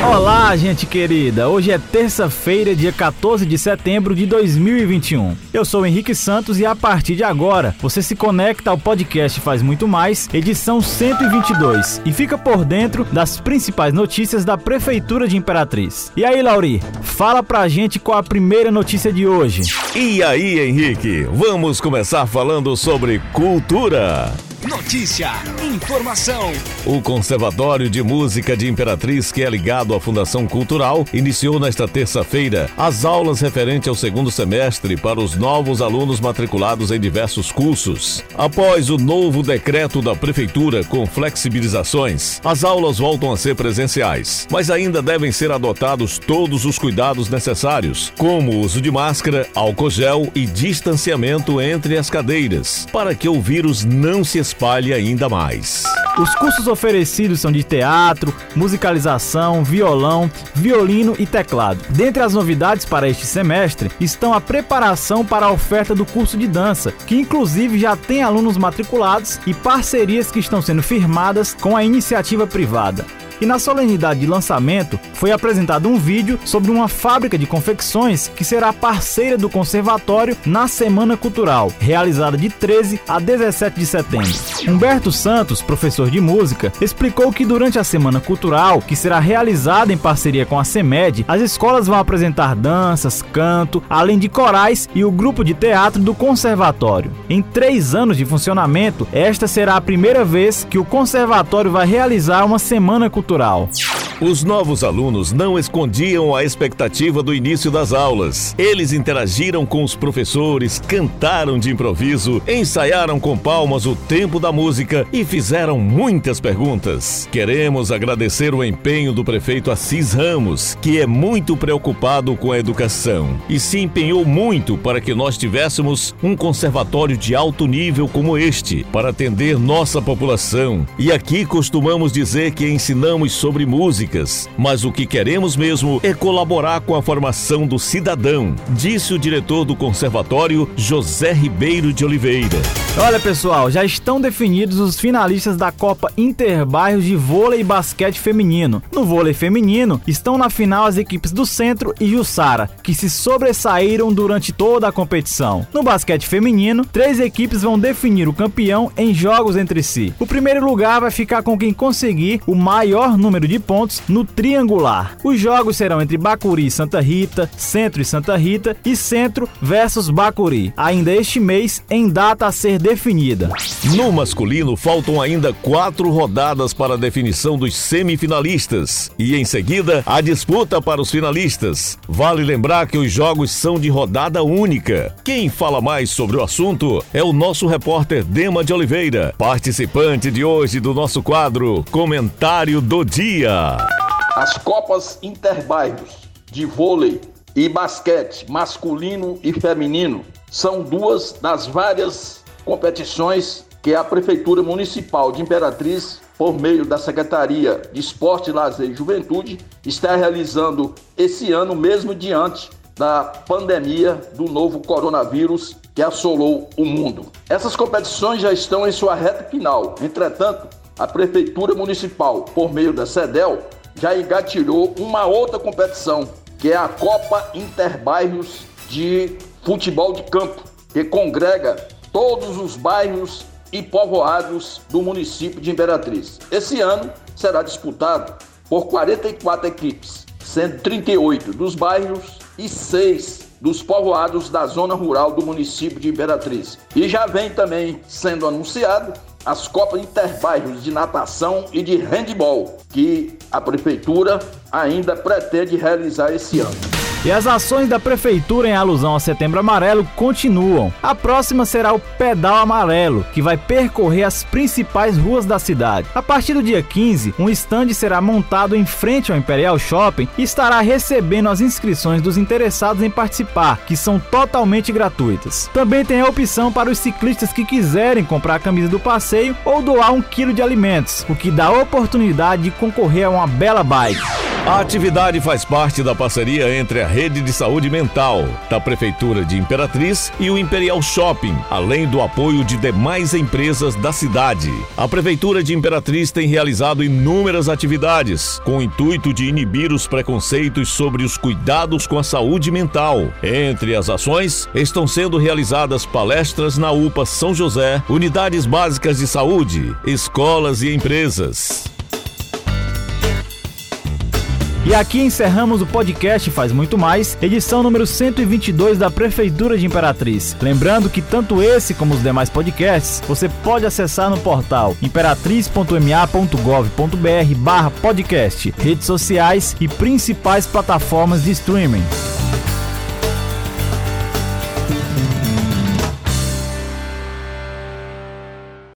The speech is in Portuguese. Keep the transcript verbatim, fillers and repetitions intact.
Olá, gente querida! Hoje é terça-feira, dia quatorze de setembro de dois mil e vinte e um. Eu sou o Henrique Santos e a partir de agora você se conecta ao podcast Faz Muito Mais, edição cento e vinte e dois, e fica por dentro das principais notícias da Prefeitura de Imperatriz. E aí, Lauri, fala pra gente qual a primeira notícia de hoje. E aí, Henrique, vamos começar falando sobre cultura. Notícia, informação. O Conservatório de Música de Imperatriz, que é ligado à Fundação Cultural, iniciou nesta terça-feira as aulas referentes ao segundo semestre para os novos alunos matriculados em diversos cursos. Após o novo decreto da Prefeitura com flexibilizações, as aulas voltam a ser presenciais, mas ainda devem ser adotados todos os cuidados necessários, como o uso de máscara, álcool gel e distanciamento entre as cadeiras, para que o vírus não se espalhe ainda mais. Os cursos oferecidos são de teatro, musicalização, violão, violino e teclado. Dentre as novidades para este semestre estão a preparação para a oferta do curso de dança, que inclusive já tem alunos matriculados, e parcerias que estão sendo firmadas com a iniciativa privada. E na solenidade de lançamento foi apresentado um vídeo sobre uma fábrica de confecções que será parceira do Conservatório na Semana Cultural, realizada de treze a dezessete de setembro. Humberto Santos, professor de música, explicou que durante a Semana Cultural, que será realizada em parceria com a CEMED, as escolas vão apresentar danças, canto, além de corais e o grupo de teatro do Conservatório. Em três anos de funcionamento, esta será a primeira vez que o Conservatório vai realizar uma Semana Cultural. Os novos alunos não escondiam a expectativa do início das aulas. Eles interagiram com os professores, cantaram de improviso, ensaiaram com palmas o tempo da música e fizeram muitas perguntas. Queremos agradecer o empenho do prefeito Assis Ramos, que é muito preocupado com a educação e se empenhou muito para que nós tivéssemos um conservatório de alto nível como este, para atender nossa população. E aqui costumamos dizer que ensinamos sobre música, mas o que queremos mesmo é colaborar com a formação do cidadão, disse o diretor do Conservatório, José Ribeiro de Oliveira. Olha, pessoal, já estão definidos os finalistas da Copa Interbairros de Vôlei e Basquete Feminino. No vôlei feminino, estão na final as equipes do Centro e Jussara, que se sobressaíram durante toda a competição. No basquete feminino, três equipes vão definir o campeão em jogos entre si. O primeiro lugar vai ficar com quem conseguir o maior número de pontos no triangular. Os jogos serão entre Bacuri e Santa Rita, Centro e Santa Rita e Centro versus Bacuri, ainda este mês em data a ser definida. No masculino, faltam ainda quatro rodadas para a definição dos semifinalistas e em seguida a disputa para os finalistas. Vale lembrar que os jogos são de rodada única. Quem fala mais sobre o assunto é o nosso repórter Dema de Oliveira, participante de hoje do nosso quadro Comentário do Dia. As Copas Interbairros de vôlei e basquete masculino e feminino são duas das várias competições que a Prefeitura Municipal de Imperatriz, por meio da Secretaria de Esporte, Lazer e Juventude, está realizando esse ano, mesmo diante da pandemia do novo coronavírus que assolou o mundo. Essas competições já estão em sua reta final. Entretanto, a Prefeitura Municipal, por meio da SEDEL, já engatilhou uma outra competição, que é a Copa Interbairros de Futebol de Campo, que congrega todos os bairros e povoados do município de Imperatriz. Esse ano será disputado por quarenta e quatro equipes, sendo trinta e oito dos bairros e seis dos povoados da zona rural do município de Imperatriz. E já vem também sendo anunciado as Copas Interbairros de Natação e de Handebol, que a Prefeitura ainda pretende realizar esse ano. E as ações da Prefeitura em alusão ao Setembro Amarelo continuam. A próxima será o Pedal Amarelo, que vai percorrer as principais ruas da cidade. A partir do dia quinze, um estande será montado em frente ao Imperial Shopping e estará recebendo as inscrições dos interessados em participar, que são totalmente gratuitas. Também tem a opção para os ciclistas que quiserem comprar a camisa do passeio ou doar um quilo de alimentos, o que dá a oportunidade de concorrer a uma bela bike. A atividade faz parte da parceria entre a Rede de Saúde Mental da Prefeitura de Imperatriz e o Imperial Shopping, além do apoio de demais empresas da cidade. A Prefeitura de Imperatriz tem realizado inúmeras atividades com o intuito de inibir os preconceitos sobre os cuidados com a saúde mental. Entre as ações, estão sendo realizadas palestras na U P A São José, unidades básicas de saúde, escolas e empresas. E aqui encerramos o podcast Faz Muito Mais, edição número cento e vinte e dois da Prefeitura de Imperatriz. Lembrando que tanto esse como os demais podcasts você pode acessar no portal imperatriz ponto m a ponto gov ponto b r barra podcast, redes sociais e principais plataformas de streaming.